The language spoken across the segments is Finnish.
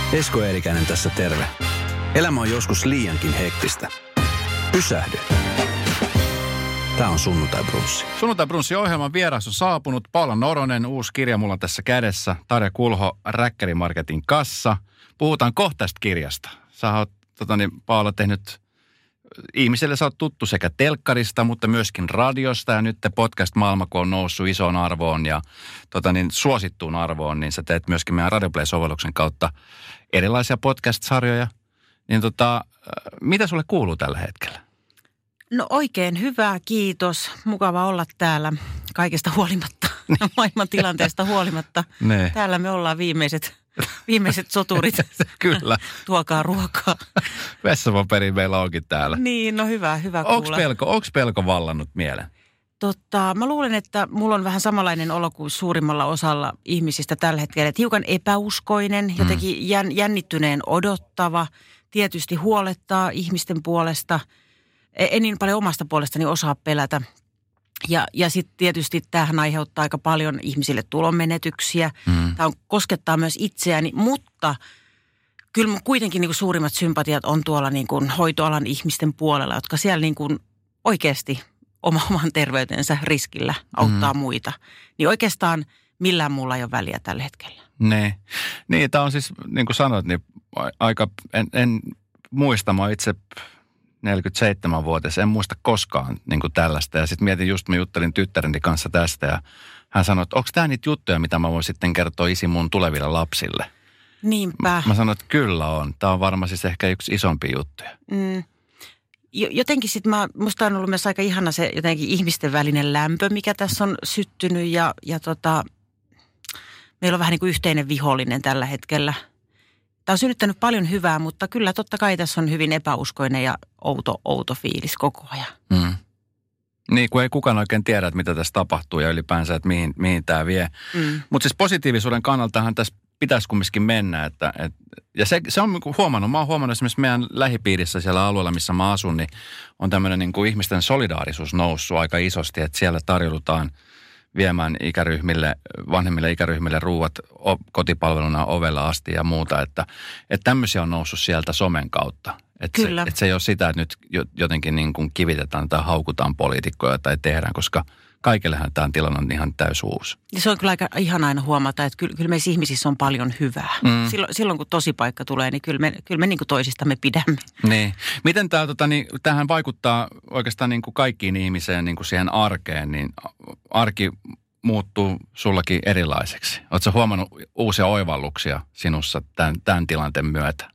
Esko Eerikäinen tässä terve. Elämä on joskus liiankin hektistä. Pysähdy. Tää on Sunnuntai Brunssi. Sunnuntai Brunssi-ohjelman vieras on saapunut. Paula Noronen, uusi kirja mulla on tässä kädessä. Tarja Kulho, Räkkärimarketin kassa. Puhutaan kohta tästä kirjasta. Sä oot, Paula, tehnyt ihmiselle, sä oot tuttu sekä telkkarista, mutta myöskin radiosta. Ja nyt podcast-maailma, kun on noussut isoon arvoon ja suosittuun arvoon, niin sä teet myöskin meidän Radioplay-sovelluksen kautta erilaisia podcast-sarjoja. Niin mitä sulle kuuluu tällä hetkellä? No oikein hyvä, kiitos. Mukava olla täällä kaikesta huolimatta, maailman tilanteesta huolimatta. Ne. Täällä me ollaan viimeiset soturit. Kyllä. Tuokaa ruokaa. Vessapaperi meillä onkin täällä. Niin, no hyvä kuulla. Onko pelko vallannut mieleen? Mä luulen, että mulla on vähän samanlainen olo kuin suurimmalla osalla ihmisistä tällä hetkellä. Että hiukan epäuskoinen, jotenkin jännittyneen odottava, tietysti huolettaa ihmisten puolesta. En niin paljon omasta puolestani osaa pelätä. Ja sitten tietysti tämähän aiheuttaa aika paljon ihmisille tulonmenetyksiä. Tämä koskettaa myös itseäni, mutta kyllä mun kuitenkin niin kuin suurimmat sympatiat on tuolla niin kuin hoitoalan ihmisten puolella, jotka siellä niin kuin oikeasti oman terveytensä riskillä auttaa muita. Niin oikeastaan millään muulla ei ole väliä tällä hetkellä. Niin, tämä on siis, niin kuin sanoit, niin aika, en muista, mä itse 47-vuotias, en muista koskaan niin kuin tällaista. Ja sitten mietin just, mä juttelin tyttäreni kanssa tästä ja hän sanoi, että onko tämä niitä juttuja, mitä mä voin sitten kertoa mun tuleville lapsille? Niinpä. Mä sanoin, että kyllä on. Tämä on varmaan siis ehkä yksi isompi juttuja. Jotenkin sitten musta on ollut myös aika ihana se jotenkin ihmisten välinen lämpö, mikä tässä on syttynyt ja meillä on vähän niin kuin yhteinen vihollinen tällä hetkellä. Tämä on synnyttänyt paljon hyvää, mutta kyllä totta kai tässä on hyvin epäuskoinen ja outo fiilis koko ajan. Niin, kun ei kukaan oikein tiedä, että mitä tässä tapahtuu ja ylipäänsä, että mihin tämä vie. Mutta siis positiivisuuden kannaltahan tässä pitäisi kumminkin mennä. Ja se on huomannut, mä oon huomannut esimerkiksi meidän lähipiirissä siellä alueella, missä mä asun, niin on tämmöinen niin kuin ihmisten solidaarisuus noussut aika isosti, että siellä tarjoudutaan viemään vanhemmille ikäryhmille ruuat kotipalveluna ovella asti ja muuta, että tämmöisiä on noussut sieltä somen kautta. Että se ei ole sitä, että nyt jotenkin niin kuin kivitetään tai haukutaan poliitikkoja tai tehdään, koska kaikillehan tämä tilanne on ihan uusi. Ja se on kyllä aika ihan aina huomata, että kyllä meissä ihmisissä on paljon hyvää. Silloin kun tosipaikka tulee, niin kyllä me niin kuin toisistamme pidämme. Niin. Miten tämähän vaikuttaa oikeastaan niin kuin kaikkiin ihmiseen niin kuin siihen arkeen, niin arki muuttuu sullakin erilaiseksi. Oletko huomannut uusia oivalluksia sinussa tämän tilanteen myötä?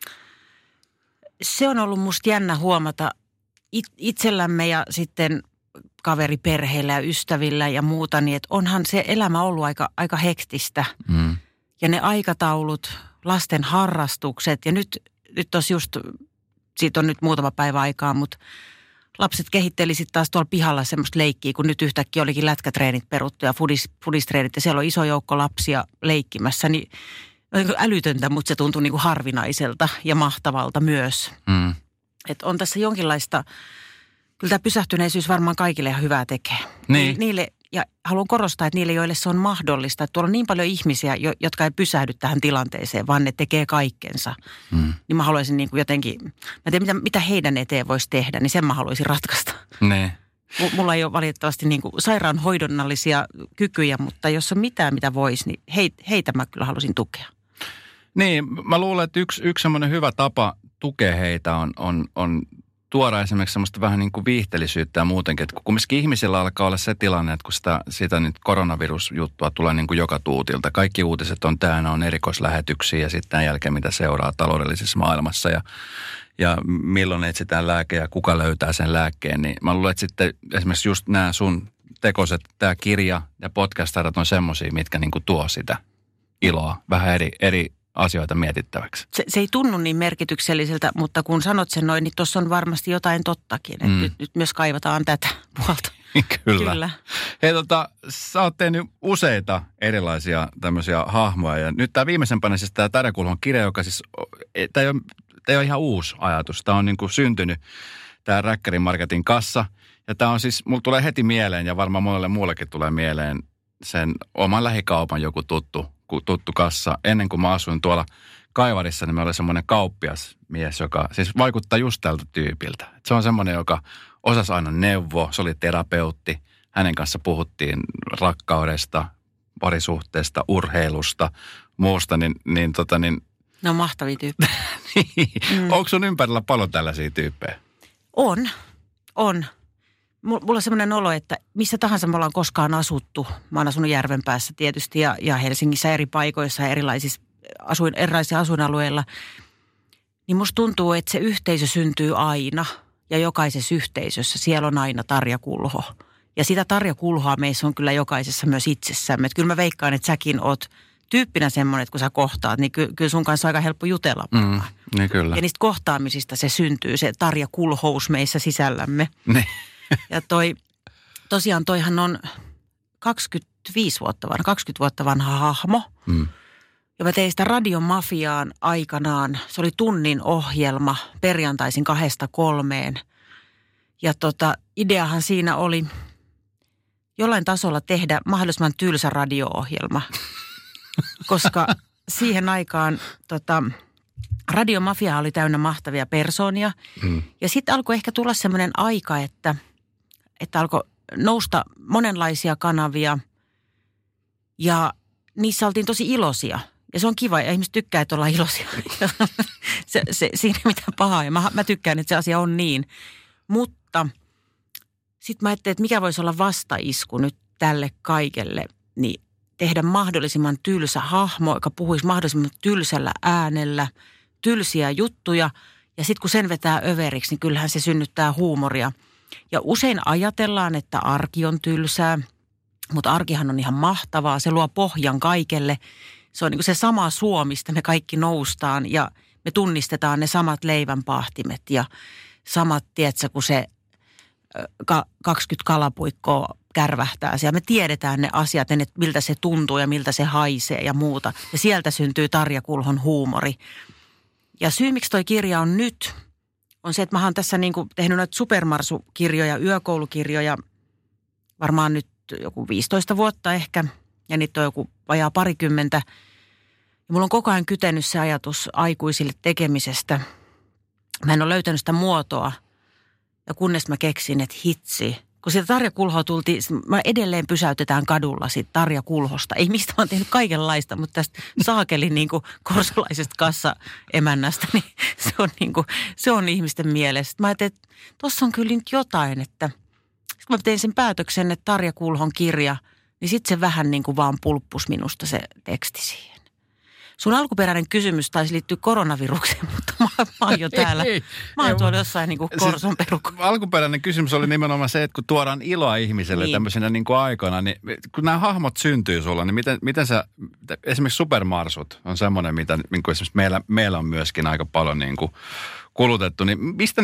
Se on ollut musta jännä huomata itsellämme ja sitten kaveriperheillä ja ystävillä ja muuta, niin että onhan se elämä ollut aika hektistä. Ja ne aikataulut, lasten harrastukset ja nyt tossa just, siitä on nyt muutama päivä aikaa, mutta lapset kehitteli sitten taas tuolla pihalla semmoista leikkiä, kun nyt yhtäkkiä olikin lätkätreenit peruttu ja fudistreenit ja siellä on iso joukko lapsia leikkimässä, niin älytöntä, mutta se tuntui niin kuin harvinaiselta ja mahtavalta myös. Että on tässä jonkinlaista, kyllä tämä pysähtyneisyys varmaan kaikille ihan hyvää tekee. Niin. Niille, ja haluan korostaa, että niille, joille se on mahdollista, että tuolla on niin paljon ihmisiä, jotka ei pysähdy tähän tilanteeseen, vaan ne tekee kaikkensa. Niin mä haluaisin niin kuin jotenkin, mä tiedän mitä heidän eteen voisi tehdä, niin sen mä haluaisin ratkaista. Ne. Mulla ei ole valitettavasti niin kuin sairaanhoidonnallisia kykyjä, mutta jos on mitään, mitä voisi, niin heitä mä kyllä haluaisin tukea. Niin, mä luulen, että yksi semmoinen hyvä tapa tukea heitä on tuoda esimerkiksi semmoista vähän niin kuin viihtelisyyttä ja muutenkin. Että kumminkin ihmisillä alkaa olla se tilanne, että kun sitä nyt koronavirusjuttua tulee niin kuin joka tuutilta. Kaikki uutiset on täynnä, on erikoislähetyksiä ja sitten tämän jälkeen mitä seuraa taloudellisessa maailmassa ja milloin etsitään lääke ja kuka löytää sen lääkkeen. Niin mä luulen, että sitten esimerkiksi just nämä sun tekoset, tämä kirja ja podcast-sarjat on semmoisia, mitkä niin kuin tuo sitä iloa vähän eri asioita mietittäväksi. Se ei tunnu niin merkitykselliseltä, mutta kun sanot sen noin, niin tuossa on varmasti jotain tottakin. Nyt myös kaivataan tätä puolta. Kyllä. Hei sä oot tehnyt useita erilaisia tämmöisiä hahmoja. Ja nyt tämä viimeisempänä siis tämä Tarja Kulhon kirja, joka siis, tämä ei ole ihan uusi ajatus. Tämä on niin kuin syntynyt, tämä Räkkärimarketin kassa. Ja tämä on siis, mulla tulee heti mieleen ja varmaan monelle muullekin tulee mieleen sen oman lähikaupan joku tuttu kassa. Ennen kuin mä asuin tuolla Kaivarissa, niin meillä oli semmoinen kauppiasmies, joka siis vaikuttaa just tältä tyypiltä. Se on semmoinen, joka osasi aina neuvoa, se oli terapeutti. Hänen kanssa puhuttiin rakkaudesta, parisuhteesta, urheilusta, muusta, niin Ne on mahtavia tyyppejä. niin. Onko sun ympärillä paljon tällaisia tyyppejä? On. Mulla on semmoinen olo, että missä tahansa me ollaan koskaan asuttu. Mä oon asunut Järvenpäässä tietysti ja Helsingissä eri paikoissa ja erilaisissa asuinalueilla. Niin musta tuntuu, että se yhteisö syntyy aina ja jokaisessa yhteisössä siellä on aina Tarja Kulho. Ja sitä Tarja Kulhoa meissä on kyllä jokaisessa myös itsessämme. Että kyllä mä veikkaan, että säkin oot tyyppinä semmoinen, että kun sä kohtaat, niin kyllä sun kanssa on aika helppo jutella. Niin kyllä. Ja niistä kohtaamisista se syntyy, se Tarja Kulhous meissä sisällämme. Niin. Ja tosiaan toihan on 20 vuotta vanha hahmo. Ja mä tein sitä Radiomafiaan aikanaan. Se oli tunnin ohjelma perjantaisin 2-3. Ja ideahan siinä oli jollain tasolla tehdä mahdollisimman tylsä radio-ohjelma. Koska siihen aikaan Radiomafia oli täynnä mahtavia persoonia. Ja sitten alkoi ehkä tulla semmoinen aika, että alkoi nousta monenlaisia kanavia ja niissä oltiin tosi iloisia. Ja se on kiva ja ihmiset tykkää, että ollaan iloisia. Siinä ei mitään pahaa ja mä tykkään, että se asia on niin. Mutta sitten mä ajattelin, että mikä voisi olla vastaisku nyt tälle kaikelle, niin tehdä mahdollisimman tylsä hahmo, joka puhuisi mahdollisimman tylsällä äänellä, tylsiä juttuja. Ja sitten kun sen vetää överiksi, niin kyllähän se synnyttää huumoria. Ja usein ajatellaan, että arki on tylsää, mutta arkihan on ihan mahtavaa. Se luo pohjan kaikelle. Se on niin kuin se sama suo, mistä me kaikki noustaan ja me tunnistetaan ne samat leivänpahtimet ja samat, tiedätkö, kun se 20 kalapuikkoa kärvähtää siellä. Me tiedetään ne asiat, että miltä se tuntuu ja miltä se haisee ja muuta. Ja sieltä syntyy Tarja Kulhon huumori. Ja syy, miksi toi kirja on nyt, on se, että mä oon tässä niin kuin tehnyt noita supermarsukirjoja, yökoulukirjoja, varmaan nyt joku 15 vuotta ehkä, ja niitä on joku vajaa 20. Ja mulla on koko ajan kytenyt se ajatus aikuisille tekemisestä. Mä en ole löytänyt sitä muotoa, ja kunnes mä keksin, että hitsi. Kun sitä Tarja Kulhoa tultiin, mä edelleen pysäytetään kadulla siitä Tarja Kulhosta. Ei mistä mä oon tehnyt kaikenlaista, mutta tästä saakelin niin kuin korsolaisesta kassaemännästä, niin se on ihmisten mielestä. Mä ajattelin, että tossa on kyllä nyt jotain, että kun mä tein sen päätöksen, että Tarja Kulhon kirja, niin sitten se vähän niin kuin vaan pulppus minusta se teksti siihen. Sun alkuperäinen kysymys taisi liittyä koronavirukseen, mutta mä oon jo täällä. Mä oon tuolla jossain niin kuin korson perukko. Alkuperäinen kysymys oli nimenomaan se, että kun tuodaan iloa ihmiselle tämmöisenä niin kuin aikana, niin kun nämä hahmot syntyy sulla, niin miten sä, esimerkiksi supermarsut on semmoinen, mitä niin kuin esimerkiksi meillä on myöskin aika paljon niin kuin kulutettu, niin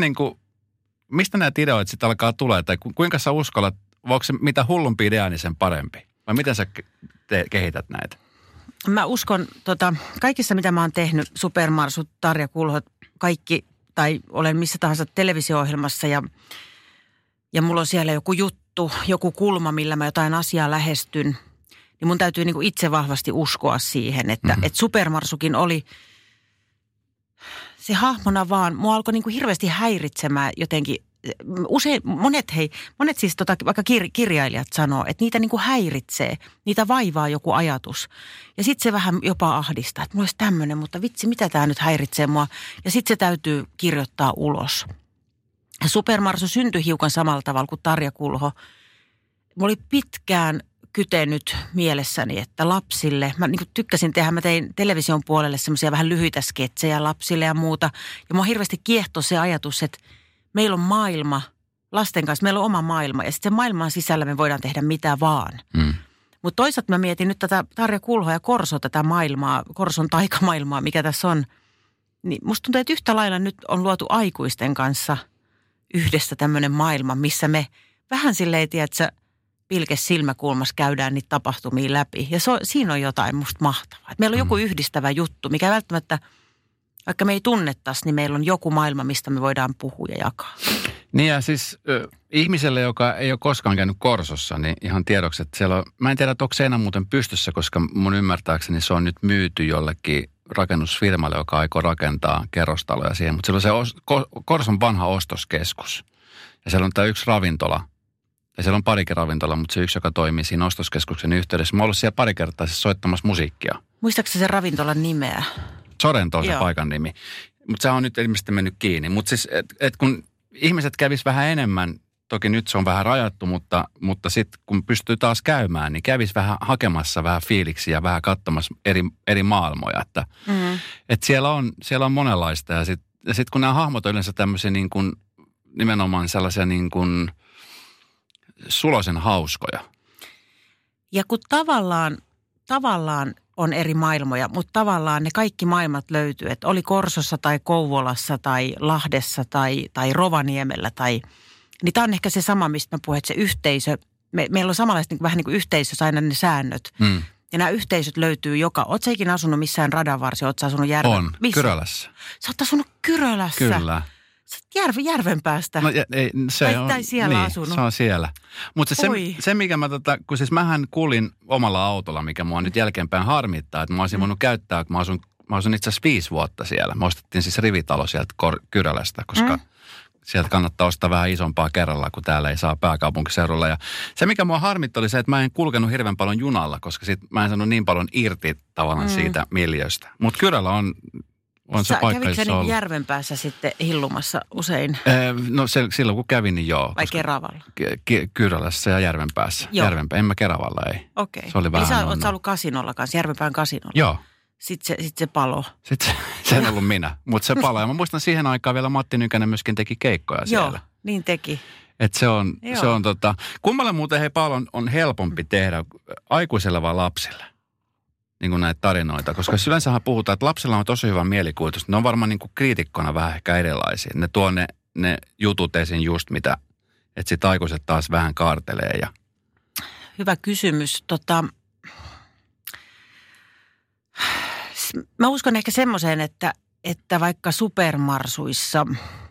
mistä nämä ideoit sitten alkaa tulla, tai kuinka sä uskallat, onko se mitä hullumpi idea, niin sen parempi? Vai miten sä kehität näitä? Mä uskon, kaikissa mitä mä oon tehnyt, supermarsut, Tarja Kulhot, kaikki, tai olen missä tahansa televisio-ohjelmassa ja mulla on siellä joku juttu, joku kulma, millä mä jotain asiaa lähestyn, niin mun täytyy niinku itse vahvasti uskoa siihen, että supermarsukin oli se hahmona vaan, mua alkoi niinku hirveästi häiritsemään jotenkin. Usein, monet siis vaikka kirjailijat sanoo, että niitä niinku häiritsee, niitä vaivaa joku ajatus. Ja sitten se vähän jopa ahdistaa, että mulla olisi tämmöinen, mutta vitsi, mitä tämä nyt häiritsee mua. Ja sitten se täytyy kirjoittaa ulos. Ja supermarsu syntyi hiukan samalla tavalla kuin Tarja Kulho. Mulla oli pitkään kytenyt mielessäni, että lapsille, mä niin kuin tykkäsin tehdä, mä tein television puolelle semmoisia vähän lyhyitä sketsejä lapsille ja muuta. Ja mua hirveästi kiehtoi se ajatus, että meillä on maailma, lasten kanssa meillä on oma maailma ja sitten sen maailman sisällä me voidaan tehdä mitä vaan. Mutta toisaalta mä mietin nyt tätä Tarja Kulhoa ja Korso, tätä maailmaa, Korson taikamaailmaa, mikä tässä on. Niin musta tuntuu, että yhtä lailla nyt on luotu aikuisten kanssa yhdessä tämmöinen maailma, missä me vähän silleen, tiedätkö, pilkes silmäkulmassa käydään niitä tapahtumia läpi. Ja siinä on jotain musta mahtavaa. Et meillä on joku yhdistävä juttu, mikä välttämättä, vaikka me ei tunnettaisi, niin meillä on joku maailma, mistä me voidaan puhua ja jakaa. Niin ja siis ihmiselle, joka ei ole koskaan käynyt Korsossa, niin ihan tiedoksi, että siellä on, mä en tiedä, että onko se enää muuten pystyssä, koska mun ymmärtääkseni se on nyt myyty jollekin rakennusfirmalle, joka aikoo rakentaa kerrostaloja siihen. Mutta siellä on se Korson vanha ostoskeskus. Ja siellä on tämä yksi ravintola. Ja siellä on parikin ravintola, mutta se yksi, joka toimii siinä ostoskeskuksen yhteydessä. Mä oon ollut siellä pari kertaa siis soittamassa musiikkia. Muistaakseni se ravintolan nimeä? Sorento on se paikan nimi. Mutta se on nyt ilmeisesti mennyt kiinni. Mutta siis, et kun ihmiset kävis vähän enemmän, toki nyt se on vähän rajattu, mutta sitten kun pystyy taas käymään, niin kävis vähän hakemassa vähän fiiliksiä ja vähän katsomassa eri maailmoja. Että siellä on monenlaista ja sitten kun nämä hahmot on yleensä tämmöisiä niin kuin, nimenomaan sellaisia niin kuin suloisen hauskoja. Ja kun tavallaan on eri maailmoja, mutta tavallaan ne kaikki maailmat löytyy. Että oli Korsossa tai Kouvolassa tai Lahdessa tai Rovaniemellä niin tämä on ehkä se sama, mistä mä puhun, että se yhteisö, meillä on samanlaista vähän niin kuin yhteisössä aina ne säännöt. Ja nämä yhteisöt löytyy oot sä ikinä asunut missään radanvarsia, oot sä asunut On, Kyrölässä. Sä oot asunut Kyrölässä? Kyllä. Sä oot järven päästä. No, se on, tai siellä asunut. Se on siellä. Mutta se mikä mä kun siis mähän kuulin omalla autolla, mikä mua nyt jälkeenpäin harmittaa, että mä olisin voinut käyttää, kun mä asun itse asiassa 5 vuotta siellä. Me ostettiin siis rivitalo sieltä Kyrölästä, koska sieltä kannattaa ostaa vähän isompaa kerralla, kun täällä ei saa pääkaupunkiseudulla. Ja se, mikä mua harmitti, oli se, että mä en kulkenut hirveän paljon junalla, koska mä en saanut niin paljon irti tavallaan siitä miljöstä. Mutta Kyrölä on se paikka, kävitkö jossa niin järven päässä sitten hillumassa usein? No silloin kun kävin, niin joo. Vai Keravalla? Kyrälässä ja järven päässä. Järvenpää, en mä Keravalla, ei. Okei. Se oli vähän eli oot sä ollut kasinolla kanssa, Järvenpään kasinolla? Joo. Sitten se palo. Sitten se en ollut minä, mutta se palo. Ja mä muistan siihen aikaan vielä Matti Nykänen myöskin teki keikkoja siellä. Joo, niin teki. Että se on kummalle muuten hei paljon on helpompi tehdä aikuiselle vai lapsille? Niin kuin näitä tarinoita, koska yleensähän puhutaan, että lapsilla on tosi hyvä mielikuvitus. Ne on varmaan niin kuin kriitikkona vähän ehkä erilaisia. Ne tuo ne jutut esiin just mitä, että sit aikuiset taas vähän kaartelee. Ja... Hyvä kysymys. Mä uskon ehkä semmoiseen, että vaikka supermarsuissa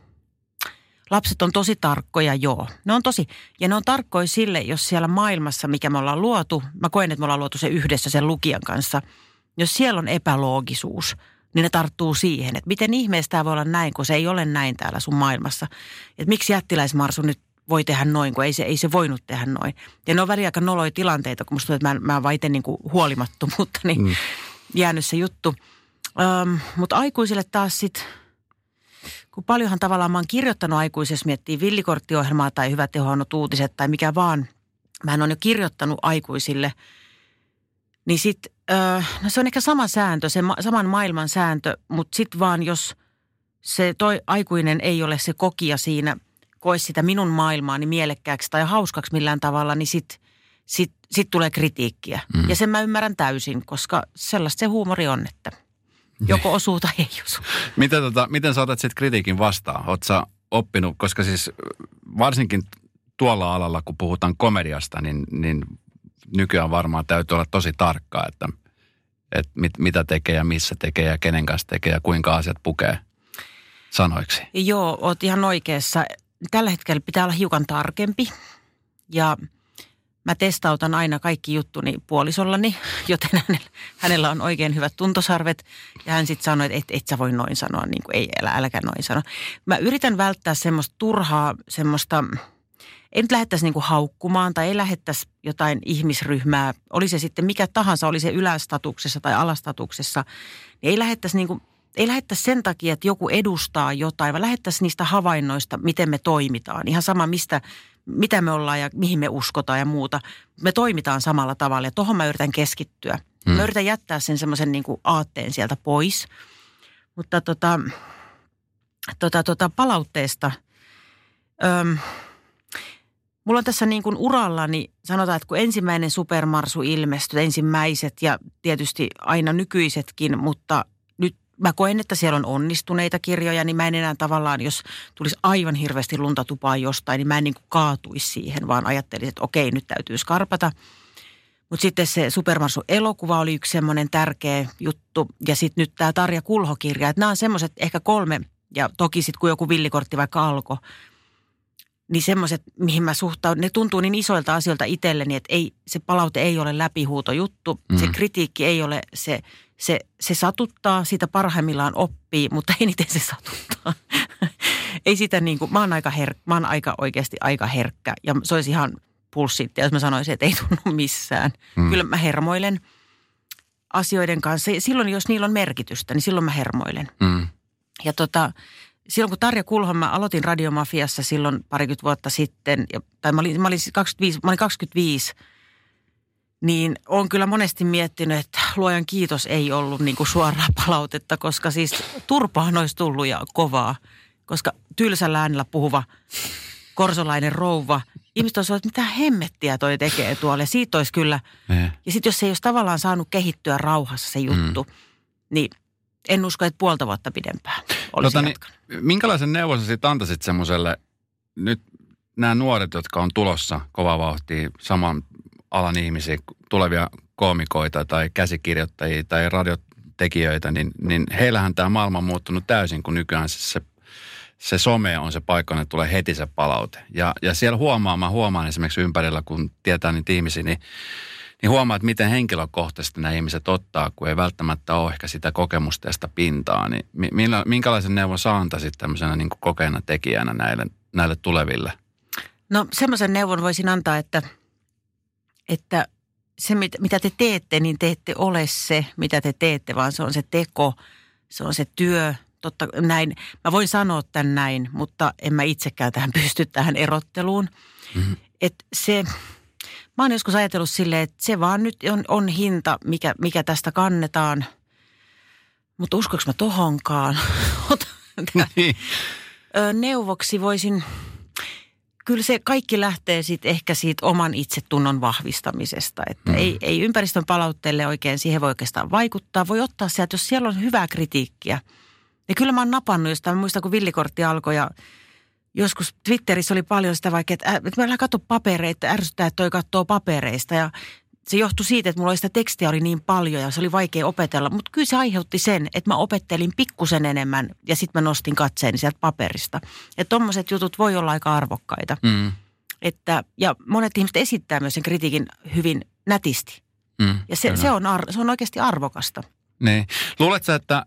lapset on tosi tarkkoja, joo. Ne on tarkkoja sille, jos siellä maailmassa, mikä me ollaan luotu, mä koen, että me ollaan luotu se yhdessä sen lukijan kanssa. Jos siellä on epäloogisuus, niin ne tarttuu siihen, että miten ihmeessä tämä voi olla näin, kun se ei ole näin täällä sun maailmassa. Että miksi jättiläismarsu nyt voi tehdä noin, kun ei se voinut tehdä noin. Ja ne on välillä aika noloja tilanteita, kun musta tuntuu, että mä vaiten niin kuin huolimattomuutta, niin jäänyt se juttu. Mutta aikuisille taas sitten, kun paljonhan tavallaan mä oon kirjoittanut aikuisessa, miettii villikorttiohjelmaa tai hyvät ja huonot uutiset tai mikä vaan. Mä oon jo kirjoittanut aikuisille, niin sitten se on ehkä sama sääntö, se saman maailman sääntö, mutta sitten vaan jos se toi aikuinen ei ole se kokija siinä, koe sitä minun maailmaani mielekkääksi tai hauskaksi millään tavalla, niin sit tulee kritiikkiä. Ja sen mä ymmärrän täysin, koska sellaista se huumori on, että joko osuu tai ei osu. Miten sä otat sitten kritiikin vastaan? Oot sä oppinut, koska siis varsinkin tuolla alalla, kun puhutaan komediasta, niin nykyään varmaan täytyy olla tosi tarkkaa, että mitä tekee ja missä tekee ja kenen kanssa tekee ja kuinka asiat pukee sanoiksi. Joo, oot ihan oikeassa. Tällä hetkellä pitää olla hiukan tarkempi ja mä testautan aina kaikki juttuni puolisollani, joten hänellä on oikein hyvät tuntosarvet. Ja hän sitten sanoi, että et sä voi noin sanoa, niin kuin ei, äläkä noin sano. Mä yritän välttää semmoista turhaa, ei nyt lähdettäisi niin kuin haukkumaan tai ei lähdettäisi jotain ihmisryhmää. Oli se sitten mikä tahansa, oli se ylästatuksessa tai alastatuksessa. Niin ei lähdettäisi sen takia, että joku edustaa jotain, vaan lähdettäisiin niistä havainnoista, miten me toimitaan. Ihan sama, mitä me ollaan ja mihin me uskotaan ja muuta. Me toimitaan samalla tavalla ja tohon mä yritän keskittyä. Mä yritän jättää sen semmoisen niin kuin aatteen sieltä pois. Mutta palautteesta. Mulla on tässä niin kuin urallani, sanotaan, että kun ensimmäinen supermarsu ilmestyi, ensimmäiset ja tietysti aina nykyisetkin, mutta nyt mä koen, että siellä on onnistuneita kirjoja, niin mä en enää tavallaan, jos tulisi aivan hirveästi lunta tupaan jostain, niin mä en niin kuin kaatuisi siihen, vaan ajattelisin, että okei, nyt täytyy skarpata. Mutta sitten se supermarsu-elokuva oli yksi semmoinen tärkeä juttu ja sitten nyt tämä Tarja Kulho-kirja, että nämä on semmoiset ehkä 3, ja toki sitten kun joku villikortti vaikka alkoi, niin semmoiset, mihin mä suhtaudun, ne tuntuu niin isoilta asioilta itselleni, että se palaute ei ole läpihuutojuttu. Se kritiikki ei ole, se satuttaa, siitä parhaimmillaan oppii, mutta eniten se satuttaa. Ei sitä niin kuin, mä oon oikeasti aika herkkä ja se olisi ihan pulssitti, jos mä sanoisin, että ei tunnu missään. Kyllä mä hermoilen asioiden kanssa. Silloin, jos niillä on merkitystä, niin silloin mä hermoilen. Ja silloin kun Tarja Kulhon, mä aloitin Radiomafiassa silloin parikymmentä vuotta sitten, mä olin 25, niin olen kyllä monesti miettinyt, että luojan kiitos ei ollut niin kuin suoraa palautetta, koska siis turpaan olisi tullut ja kovaa, koska tylsällä äänellä puhuva korsolainen rouva, ihmiset olisivat, että mitä hemmettiä toi tekee tuolle, ja siitä olisi kyllä, ja sitten jos se ei olisi tavallaan saanut kehittyä rauhassa se juttu, niin en usko, että puolta vuotta pidempään olisi jatkanut. Minkälaisen neuvon sä sitten antaisit semmoiselle, nyt nämä nuoret, jotka on tulossa kovaa vauhtia, saman alan ihmisiä, tulevia koomikoita tai käsikirjoittajia tai radiotekijöitä, niin heillähän tämä maailma on muuttunut täysin, kun nykyään se some on se paikka, että tulee heti se palaute. Ja siellä mä huomaan esimerkiksi ympärillä, kun tietää niitä ihmisiä, niin huomaa, että miten henkilökohtaisesti nämä ihmiset ottaa, kun ei välttämättä ole ehkä sitä kokemusta ja sitä pintaa. Niin minkälaisen neuvon sä antaisit tämmöisenä niin kuin kokeena tekijänä näille tuleville? No semmoisen neuvon voisin antaa, että se mitä te teette, niin te ette ole se, mitä te teette, vaan se on se teko, se on se työ. Totta näin, mä voin sanoa tämän näin, mutta en mä itsekään pysty tähän erotteluun. Että mä oon joskus ajatellut silleen, että se vaan nyt on hinta, mikä tästä kannetaan. Mutta uskoinko mä tohonkaan? Neuvoksi voisin, kyllä se kaikki lähtee sitten ehkä siitä oman itsetunnon vahvistamisesta. Että ei ympäristön palautteelle oikein, siihen voi oikeastaan vaikuttaa. Voi ottaa sieltä, jos siellä on hyvää kritiikkiä. Ja kyllä mä oon napannut jostain, muistan kun Villikortti alkoi ja joskus Twitterissä oli paljon sitä vaikka, että mä älä katso papereita, ärsyttää, että toi katsoo papereista. Ja se johtui siitä, että mulla sitä tekstiä oli niin paljon ja se oli vaikea opetella. Mutta kyllä se aiheutti sen, että mä opettelin pikkusen enemmän ja sitten mä nostin katseeni sieltä paperista. Että tommoset jutut voi olla aika arvokkaita. Ja monet ihmiset esittää myös sen kritiikin hyvin nätisti. Ja se on oikeasti arvokasta. Niin. Luuletko, että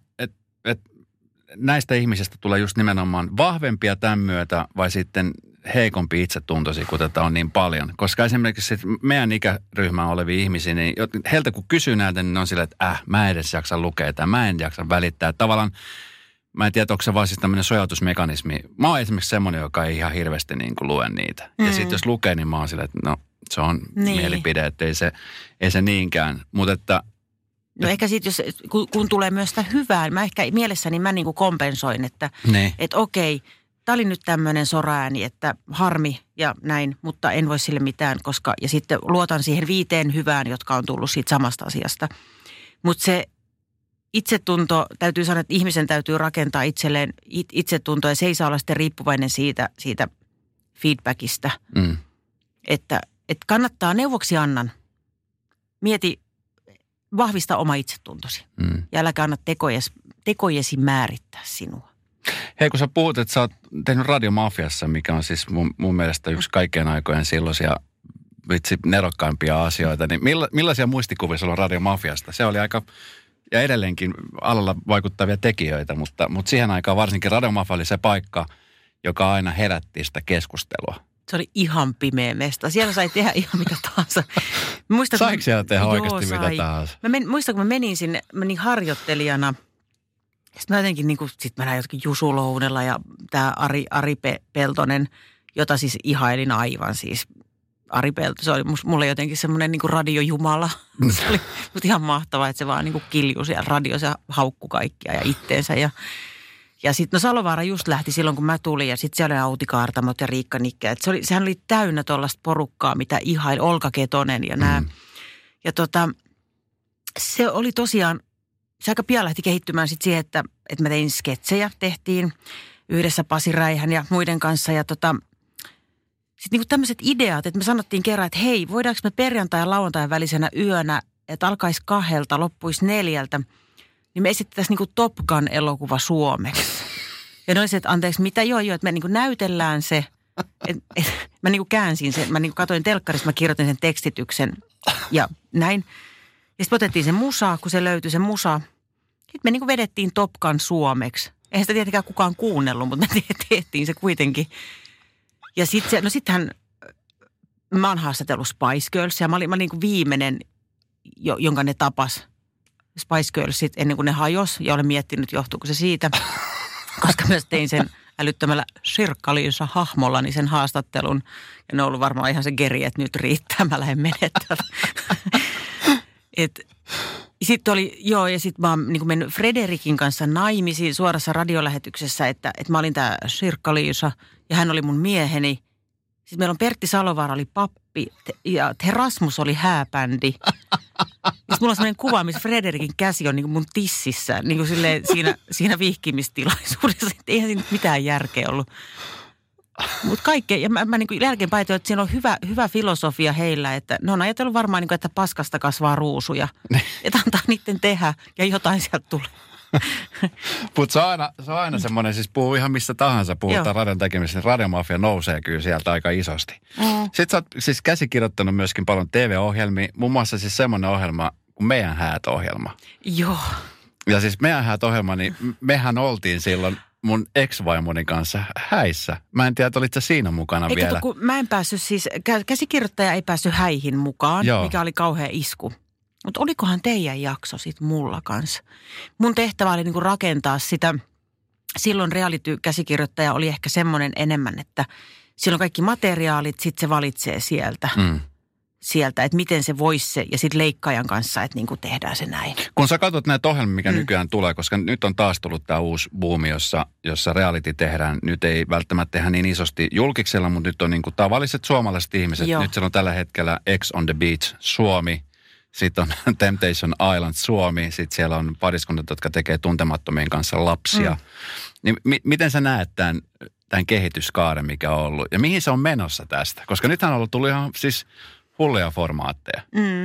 näistä ihmisistä tulee just nimenomaan vahvempia tämän myötä vai sitten heikompi itsetuntoisia, kun tätä on niin paljon? Koska esimerkiksi meidän ikäryhmään olevia ihmisiä, niin heiltä kun kysyy näitä, niin on silleen, että mä en edes jaksa lukea tai mä en jaksa välittää. Tavallaan, mä en tiedä, onko se vaan siis tämmöinen sojautusmekanismi. Mä oon esimerkiksi semmoinen, joka ei ihan hirveästi niin kuin lue niitä. Ja sitten jos lukee, niin mä oon silleen, että no se on mielipide, että ei se niinkään. Mutta että no ehkä sitten, kun tulee myös sitä hyvää, mä ehkä mielessäni mä niin kuin kompensoin, että okei, tää oli nyt tämmöinen soraääni, että harmi ja näin, mutta en voi sille mitään, ja sitten luotan siihen 5 hyvään, jotka on tullut siitä samasta asiasta. Mutta se itsetunto, täytyy sanoa, että ihmisen täytyy rakentaa itselleen itsetuntoa ja se ei saa olla sitten riippuvainen siitä feedbackista. Että kannattaa, neuvoksi annan, mieti, vahvista oma itsetuntosi ja äläkä anna tekojesi määrittää sinua. Hei, kun sä puhut, että sä oot tehnyt Radiomafiassa, mikä on siis mun mielestä yksi kaikkien aikojen silloisia nerokkaimpia asioita, niin millaisia muistikuvia sulla on Radiomafiasta? Se oli aika, ja edelleenkin alalla vaikuttavia tekijöitä, mutta siihen aikaan varsinkin Radiomafia oli se paikka, joka aina herätti sitä keskustelua. Se oli ihan pimeä mesta. Siellä sai tehdä ihan mitä tahansa. Saiko siellä tehdä oikeasti mitä tahansa? Muistan, kun mä menin sinne, harjoittelijana. Sitten mä jotenkin sit mä näin jotenkin Jusu Lounella ja tää Ari Peltonen, jota siis ihailin aivan siis. Ari Peltonen, se oli mulle jotenkin semmoinen niin kuin radiojumala. Se oli ihan mahtavaa, että se vaan niin kuin kiljui siellä radiossa ja haukkui kaikkia ja itteensä ja sitten Salovaara just lähti silloin, kun mä tulin ja sitten siellä oli Auti Kaartamot ja Riikka Nikkä. Sehän oli täynnä tuollaista porukkaa, mitä ihaili, Olka Ketonen ja nämä. Ja se oli tosiaan, se aika pian lähti kehittymään sitten siihen, että mä tein sketsejä, tehtiin yhdessä Pasi Räihän ja muiden kanssa. Ja sitten niinku tämmöiset ideat, että me sanottiin kerran, että hei, voidaanko me perjantai- ja lauantain välisenä yönä, että alkaisi 2, loppuisi 4, niin me esitettäisiin niinku Top Gun-elokuva suomeksi. Ja ne oli se, että anteeksi, mitä? Joo, että me niinku näytellään se Mä niin kuin käänsin sen, mä niin kuin katsoin telkkarista, mä kirjoitin sen tekstityksen ja näin. Ja sitten otettiin se musa, kun se löytyi se musa. Sitten me niin kuin vedettiin Top Gun suomeksi. Eihän sitä tietenkään kukaan kuunnellut, mutta me tehtiin se kuitenkin. Ja sittenhän mä oon haastatellut Spice Girls ja mä olin niin kuin viimeinen, jonka ne tapas Spice Girlsit ennen kuin ne hajos. Ja olen miettinyt, johtuuko se siitä, koska myös tein sen älyttömällä Sirkka-Liisa hahmollani sen haastattelun. Ja ne on ollut varmaan ihan se geri, että nyt riittää, mä lähden menettämään. Sitten oli, ja sitten mä oon niin mennyt Frederikin kanssa naimisiin suorassa radiolähetyksessä, että mä olin tää Sirkka-Liisa ja hän oli mun mieheni. Sitten meillä on Pertti Salovaara oli pappi ja Terasmus oli hääbändi. Sitten mulla on sellainen kuva, missä Frederikin käsi on niin kuin mun tississä, niin kuin siinä vihkimistilaisuudessa. Eihän siinä mitään järkeä ollut. Mutta kaikkea, ja mä niin kuin jälkeenpäin, että siinä on hyvä filosofia heillä, että ne on ajatellut varmaan, niin kuin, että paskasta kasvaa ruusuja. Että antaa niiden tehdä ja jotain sieltä tulee. Mutta se on aina semmoinen, siis puhuu ihan missä tahansa, puhutaan radion tekemisestä, radiomafia nousee kyllä sieltä aika isosti. Sitten sä oot siis käsikirjoittanut myöskin paljon TV-ohjelmia, muun muassa siis semmoinen ohjelma kuin Meidän häät-ohjelma. Joo. Ja siis Meidän häät-ohjelma, niin mehän oltiin silloin mun ex-vaimoni kanssa häissä. Mä en tiedä, että olit sä siinä mukana vielä. Kato, kun mä en päässyt siis, käsikirjoittaja ei päässyt häihin mukaan, mikä oli kauhea isku. Mutta olikohan teidän jakso sitten mulla kanssa? Mun tehtävä oli niinku rakentaa sitä. Silloin reality-käsikirjoittaja oli ehkä semmoinen enemmän, että silloin kaikki materiaalit, sitten se valitsee sieltä, että miten se voisi se, ja sitten leikkaajan kanssa, että niinku tehdään se näin. Kun sä katsot näitä ohjelmia, mikä nykyään tulee, koska nyt on taas tullut tämä uusi buumi, jossa reality tehdään. Nyt ei välttämättä tehdä niin isosti julkiksella, mutta nyt on niinku tavalliset suomalaiset ihmiset. Joo. Nyt siellä on tällä hetkellä Ex on the Beach Suomi. Sitten on Temptation Island Suomi, sitten siellä on pariskunnat, jotka tekee tuntemattomien kanssa lapsia. Niin miten sä näet tämän kehityskaaren, mikä on ollut? Ja mihin se on menossa tästä? Koska nythän on tullut ihan siis hulluja formaatteja.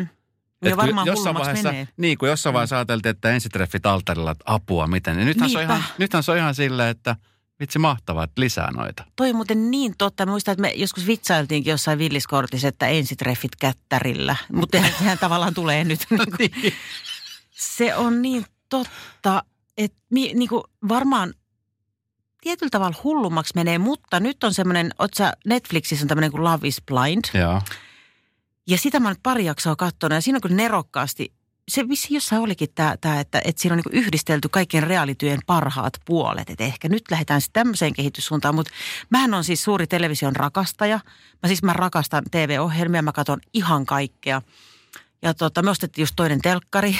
Ja varmaan hullummaksi menee. Niin, kun jossain vaiheessa ajateltiin, että ensitreffit alttarilla, että apua, miten. Ja nythän se on ihan silleen, että vitsi mahtavaa, että lisää noita. Toi on muuten niin totta. Mä muistan, että me joskus vitsailtiinkin jossain villiskortissa, että ensitreffit kättärillä. Mutta sehän tavallaan tulee nyt. Niin. Se on niin totta, että niinku varmaan tietyllä tavalla hullummaksi menee, mutta nyt on semmoinen, Netflixissä on tämmöinen kuin Love is Blind. Joo. Ja sitä mä oon nyt pari jaksoa katsonut ja siinä on kyllä nerokkaasti. Se vissi jossain olikin tämä että siinä on niinku yhdistelty kaikkien reaalityön parhaat puolet. Että ehkä nyt lähdetään sitten tämmöiseen kehityssuuntaan, mutta mähän on siis suuri television rakastaja. Mä rakastan TV-ohjelmia, mä katson ihan kaikkea. Ja me ostettiin just toinen telkkari.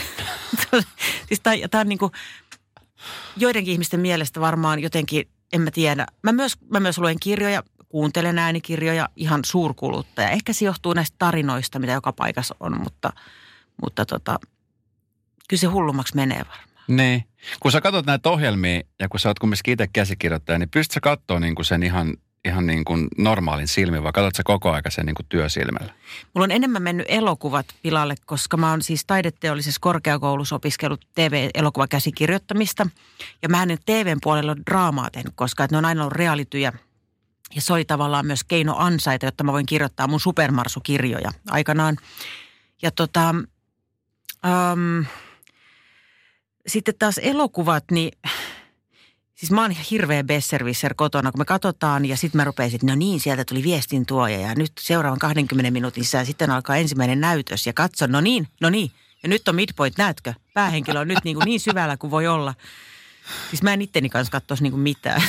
Siis tää on niinku joidenkin ihmisten mielestä varmaan jotenkin, en mä tiedä. Mä myös luen kirjoja, kuuntelen äänikirjoja, ihan suurkuluttaja. Ehkä se johtuu näistä tarinoista, mitä joka paikassa on, mutta kyllä se hullummaksi menee varmaan. Niin. Kun sä katsot näitä ohjelmia ja kun sä oot kumminkin itse käsikirjoittaja, niin pystyt sä katsoa niinku sen ihan niin kuin normaalin silmin, vai katsot sä koko ajan sen niin kuin työsilmällä? Mulla on enemmän mennyt elokuvat pilalle, koska mä oon siis taideteollisessa korkeakoulussa opiskellut TV-elokuvakäsikirjoittamista. Ja mä en nyt TVn puolella ole draamaa tehnyt, koska ne on aina ollut realityjä. Ja se oli tavallaan myös keino ansaita, jotta mä voin kirjoittaa mun Supermarsu-kirjoja aikanaan. Ja sitten taas elokuvat, niin siis mä oon hirveä besserwisser kotona, kun me katsotaan ja sitten mä rupesin, että no niin, sieltä tuli viestintuoja ja nyt seuraavan 20 minuutin sisään sitten alkaa ensimmäinen näytös ja katso, no niin. Ja nyt on midpoint, näetkö? Päähenkilö on nyt niin syvällä kuin voi olla. Siis mä en itteni kanssa katsoisi niin kuin mitään.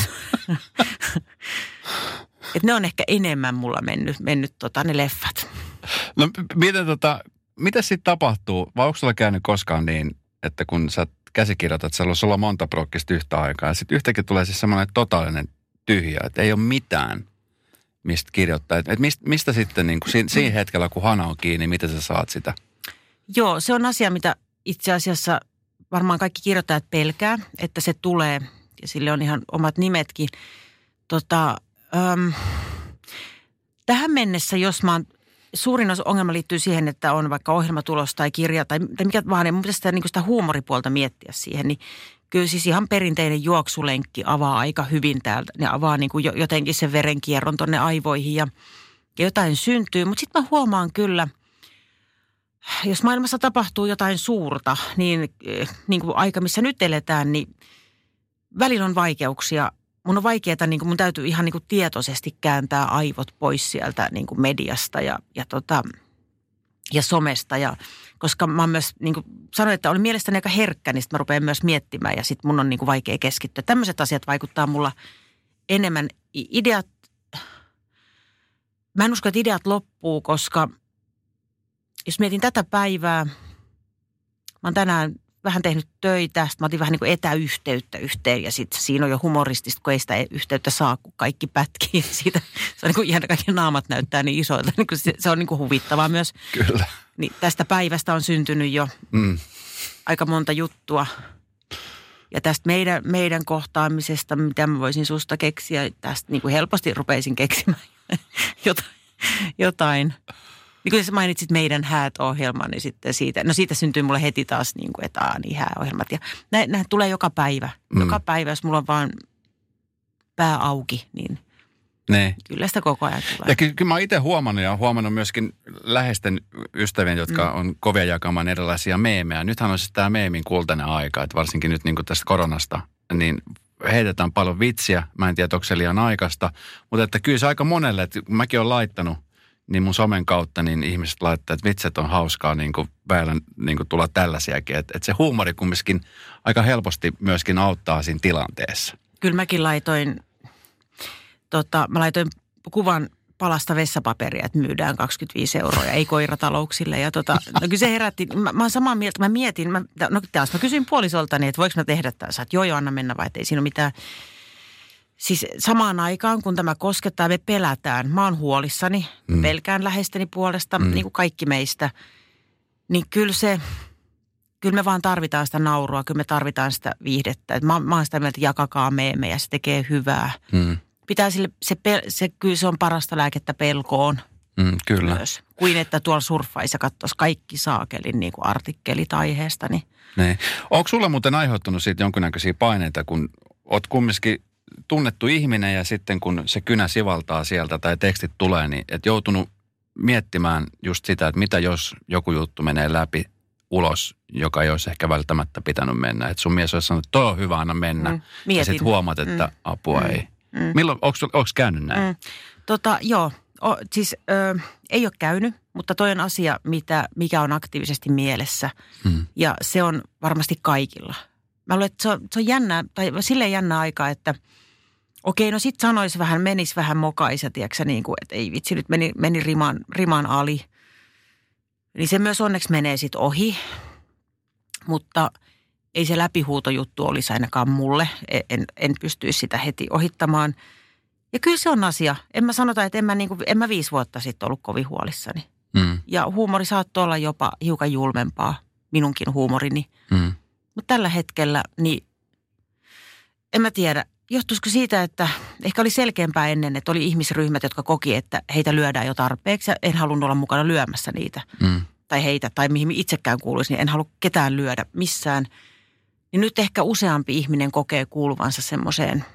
Että ne on ehkä enemmän mulla mennyt ne leffat. No mitä sitten tapahtuu? Vai onko sulla käynyt koskaan niin, että kun sä käsikirjoitat, sulla on monta prokkista yhtä aikaa ja sitten yhtäkkiä tulee siis semmoinen totaalinen tyhjä, että ei ole mitään, mistä kirjoittaa. Että mistä sitten niin kuin siinä hetkellä, kun hana on kiinni, miten sä saat sitä? Joo, se on asia, mitä itse asiassa varmaan kaikki kirjoittajat pelkää, että se tulee ja sille on ihan omat nimetkin. Tähän mennessä, jos mä oon, suurin ongelma liittyy siihen, että on vaikka ohjelmatulos tai kirja tai mikä vaan, niin mun pitäisi sitä huumoripuolta miettiä siihen. Niin kyllä siis ihan perinteinen juoksulenkki avaa aika hyvin täältä. Ne avaa niin kuin jotenkin sen verenkierron tonne aivoihin ja jotain syntyy. Mutta sitten mä huomaan kyllä, jos maailmassa tapahtuu jotain suurta, niin kuin aika missä nyt eletään, niin välillä on vaikeuksia. Mun on vaikeaa, niin kuin mun täytyy ihan niin kuin tietoisesti kääntää aivot pois sieltä niin kuin mediasta ja somesta. Koska mä oon myös, niin kuin sanoin, että olen mielestäni aika herkkä, niin sitten mä rupean myös miettimään ja sitten mun on niin kuin vaikea keskittyä. Tämmöiset asiat vaikuttaa mulla enemmän. Ideat, mä en usko, että ideat loppuu, koska jos mietin tätä päivää, mä oon tänään vähän tehnyt töitä, sitten mä otin vähän niin kuin etäyhteyttä yhteen ja sitten siinä on jo humoristista, kun ei sitä yhteyttä saa, kun kaikki pätkii. Siitä, se on niin kuin ihan kaikki naamat näyttää niin isoilta, niin kuin se on niin kuin huvittavaa myös. Kyllä. Niin tästä päivästä on syntynyt jo aika monta juttua. Ja tästä meidän kohtaamisesta, mitä mä voisin susta keksiä, tästä niin kuin helposti rupeisin keksimään jotain. Niin kun sä mainitsit meidän häät-ohjelman, niin sitten siitä syntyy mulle heti taas niin kuin, että niin hääohjelmat. Ja näin tulee joka päivä. Joka päivä, jos mulla on vaan pää auki, niin kyllä sitä koko ajan tulee. Ja kyllä mä oon itse huomannut myöskin läheisten ystävien, jotka on kovia jakamaan erilaisia meemejä. Nythän on siis tämä meemin kultainen aika, että varsinkin nyt niin kuin tästä koronasta, niin heitetään paljon vitsiä. Mä en tiedä, onko se liian aikaista, mutta että kyllä se aika monelle, että mäkin olen laittanut, niin mun somen kautta niin ihmiset laittaa, että vitset on hauskaa niin kuin päällä niin kuin tulla tällaisiakin. Että se huumori kumminkin aika helposti myöskin auttaa siinä tilanteessa. Kyllä mäkin laitoin kuvan palasta vessapaperia, että myydään 25 €, ei koiratalouksille. Ja no kyllä se herätti, mä oon samaa mieltä, mä mietin, mä kysyin puolisoltani, että voiko mä tehdä tässä, että joo, anna mennä vai, että ei siinä ole mitään. Siis samaan aikaan, kun tämä koskettaa, me pelätään. Mä oon huolissani, pelkään läheisteni puolesta, niin kuin kaikki meistä. Niin kyllä me vaan tarvitaan sitä naurua, kyllä me tarvitaan sitä viihdettä. Mä oon sitä mieltä, että jakakaa meemejä, se tekee hyvää. Pitää kyllä se on parasta lääkettä pelkoon kyllä. myös. Kuin että tuolla surffaisi ja katsoisi kaikki saakelin niin kuin artikkelit aiheesta. Niin. Onko sulla muuten aiheuttanut siitä jonkinnäköisiä paineita, kun oot kumminkin tunnettu ihminen ja sitten kun se kynä sivaltaa sieltä tai tekstit tulee, niin et joutunut miettimään just sitä, että mitä jos joku juttu menee läpi ulos, joka ei olisi ehkä välttämättä pitänyt mennä. Että sun mies olisi sanonut, että toi on hyvä, anna mennä. Ja sitten huomaat, että apua ei. Milloin, onko käynyt näin? Joo, ei ole käynyt, mutta toi on asia, mikä on aktiivisesti mielessä. Ja se on varmasti kaikilla. Mä luulen, että se on jännää, tai silleen jännää aikaa, että okei, no sit menisi vähän mokaisa, tiedätkö niin kuin, että ei vitsi, nyt meni riman ali. Niin se myös onneksi menee sit ohi, mutta ei se läpihuutojuttu olisi ainakaan mulle. En pystyisi sitä heti ohittamaan. Ja kyllä se on asia. En mä sanota, että en mä 5 vuotta sitten ollut kovin huolissani. Ja huumori saattoi olla jopa hiukan julmempaa, minunkin huumorini. Mutta tällä hetkellä, niin en mä tiedä, johtuisiko siitä, että ehkä oli selkeämpää ennen, että oli ihmisryhmät, jotka koki, että heitä lyödään jo tarpeeksi ja en halunnut olla mukana lyömässä niitä. Tai heitä, tai mihin itsekään kuuluisi, niin en halua ketään lyödä missään. Niin nyt ehkä useampi ihminen kokee kuuluvansa semmoiseen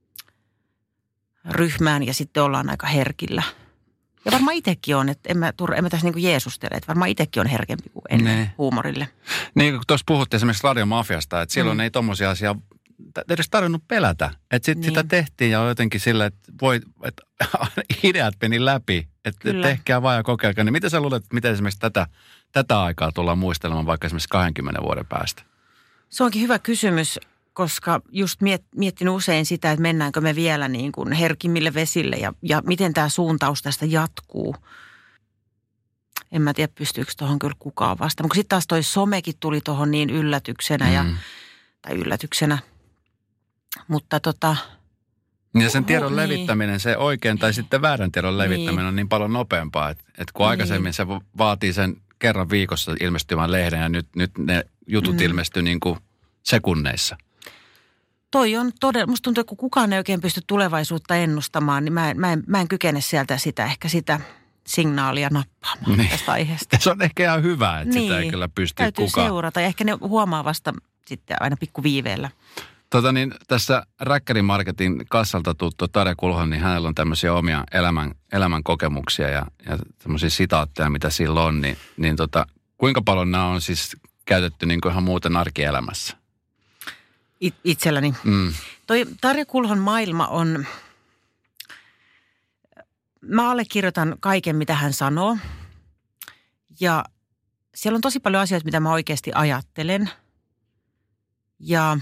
ryhmään ja sitten ollaan aika herkillä. Ja varmaan itsekin on, että en mä tässä niin kuin jeesustele, että varmaan itsekin on herkempi kuin ennen huumorille. Niin kuin tuossa puhuttiin esimerkiksi radiomafiasta, että silloin ei tommosia asiaa edes tarvinnut pelätä. Että sitä tehtiin ja jotenkin sillä, että ideat meni läpi, että tehkää vaan ja kokeilkaa. Niin mitä sä luulet, että miten esimerkiksi tätä aikaa tullaan muistelemaan vaikka esimerkiksi 20 vuoden päästä? Se onkin hyvä kysymys, koska just miettinyt usein sitä, että mennäänkö me vielä niin kuin herkimmille vesille ja miten tämä suuntaus tästä jatkuu. En mä tiedä, pystyykö tuohon kyllä kukaan vastaan. Mutta sitten taas toi somekin tuli tuohon niin yllätyksenä Mutta ja sen tiedon levittäminen, se oikein tai sitten väärän tiedon levittäminen on niin paljon nopeampaa. Että kun aikaisemmin se vaatii sen kerran viikossa ilmestyvän lehden ja nyt ne jutut ilmestyy niin kuin sekunneissa. Toi on todella, musta tuntuu, että kun kukaan ei oikein pysty tulevaisuutta ennustamaan, niin mä en kykene sieltä sitä signaalia nappaamaan tästä aiheesta. Se on ehkä ihan hyvä, että sitä ei kyllä pysty täytyy kukaan. seurata ja ehkä ne huomaa vasta sitten aina pikkuviiveellä. Tässä Räkkärimarketin kassalta tuttu Tarja Kulho, niin hänellä on tämmöisiä omia elämän kokemuksia ja tämmöisiä sitaatteja, mitä sillä on. Kuinka paljon nämä on siis käytetty niin kuin ihan muuten arkielämässä? Itselläni. Toi Tarja Kulhon maailma on, mä allekirjoitan kaiken, mitä hän sanoo. Ja siellä on tosi paljon asioita, mitä mä oikeasti ajattelen. Ja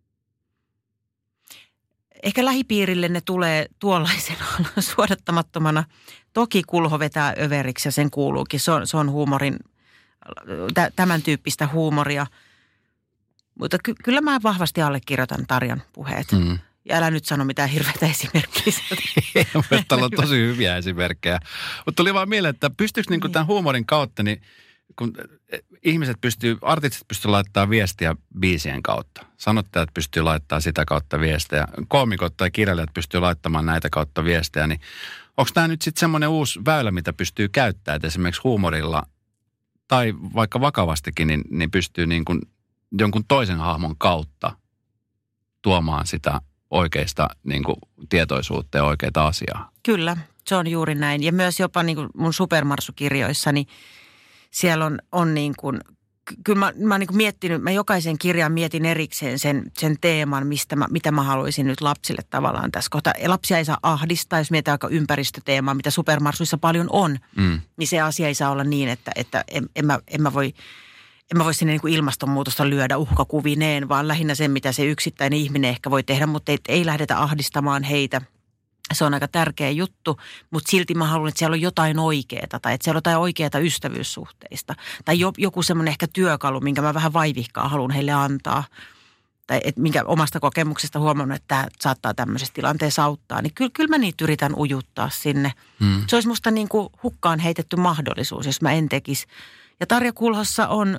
ehkä lähipiirille ne tulee tuollaisena suodattamattomana. Toki Kulho vetää överiksi ja sen kuuluukin. Se on huumorin, tämän tyyppistä huumoria. Mutta kyllä mä vahvasti allekirjoitan Tarjan puheet. Ja älä nyt sano mitään hirveätä esimerkkiä. Täällä on tosi hyviä esimerkkejä. Mutta tuli vaan mieleen, että pystyykö niin tämän huumorin kautta, niin kun artistit pystyy laittamaan viestiä biisien kautta. Sanottajat pystyy laittamaan sitä kautta viestejä. Koomikot tai kirjailijat pystyy laittamaan näitä kautta viestejä. Niin onko tämä nyt sitten semmoinen uusi väylä, mitä pystyy käyttämään, että esimerkiksi huumorilla tai vaikka vakavastikin, niin pystyy niin kuin jonkun toisen hahmon kautta tuomaan sitä oikeista niin kuin tietoisuutta ja oikeita asiaa? Kyllä, se on juuri näin. Ja myös jopa niin kuin mun supermarssukirjoissani siellä on niin kuin, kyllä mä niin kuin miettinyt, mä jokaisen kirjan mietin erikseen sen teeman, mitä mä haluaisin nyt lapsille tavallaan tässä kohtaa. Lapsia ei saa ahdistaa, jos mietitään aika ympäristöteemaa, mitä supermarssuissa paljon on, niin se asia ei saa olla niin, että en mä voi sinne niin kuin ilmastonmuutosta lyödä uhkakuvineen, vaan lähinnä sen, mitä se yksittäinen ihminen ehkä voi tehdä, mutta ei lähdetä ahdistamaan heitä. Se on aika tärkeä juttu, mutta silti mä haluan, että siellä on jotain oikeaa tai että siellä on jotain oikeaa ystävyyssuhteista. Tai joku semmoinen ehkä työkalu, minkä mä vähän vaivihkaa haluan heille antaa. Tai minkä omasta kokemuksesta huomannut, että tämä saattaa tämmöisessä tilanteessa auttaa. Niin kyllä mä niitä yritän ujuttaa sinne. Se olisi musta niin kuin hukkaan heitetty mahdollisuus, jos mä en tekisi. Ja Tarja Kulhossa on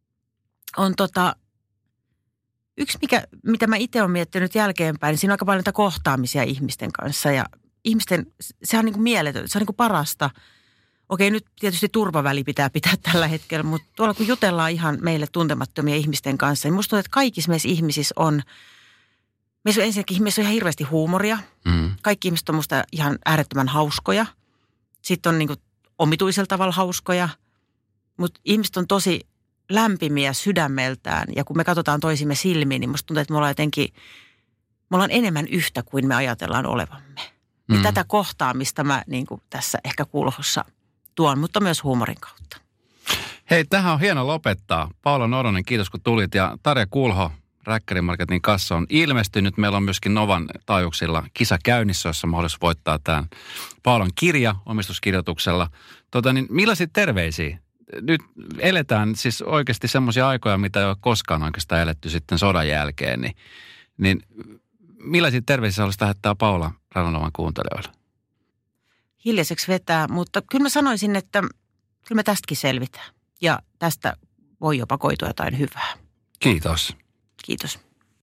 yksi, mitä mä itse olen miettinyt jälkeenpäin, niin siinä on aika paljon kohtaamisia ihmisten kanssa. Ja ihmisten, sehän on niin kuin mieletön, se on niin kuin parasta. Okei, nyt tietysti turvaväli pitää tällä hetkellä, mutta tuolla kun jutellaan ihan meille tuntemattomia ihmisten kanssa, niin musta tuntuu, että kaikissa meissä ihmisissä on ensinnäkin ihan hirveästi huumoria. Kaikki ihmiset on musta ihan äärettömän hauskoja. Sitten on niin kuin omituisella tavalla hauskoja, mutta ihmiset on tosi lämpimiä sydämeltään ja kun me katsotaan toisimme silmiin, niin musta tuntuu, että me ollaan enemmän yhtä kuin me ajatellaan olevamme. Niin tätä kohtaamista mä niin kuin tässä ehkä Kulhossa tuon, mutta myös huumorin kautta. Hei, tähän on hieno lopettaa. Paula Noronen, kiitos kun tulit ja Tarja Kulho, Räkkärimarketin kassa on ilmestynyt. Meillä on myöskin Novan taajuuksilla kisa käynnissä, jossa mahdollisuus voittaa tämän Paulan kirja omistuskirjoituksella. Niin millaisia terveisiä? Nyt eletään siis oikeasti semmoisia aikoja, mitä ei ole koskaan oikeastaan eletty sitten sodan jälkeen, niin millaisia terveisiä haluaisi lähettää Paula Radionovan kuuntelijoille? Hiljaiseksi vetää, mutta kyllä mä sanoisin, että kyllä me tästäkin selvitään. Ja tästä voi jopa koitua jotain hyvää. Kiitos. Kiitos.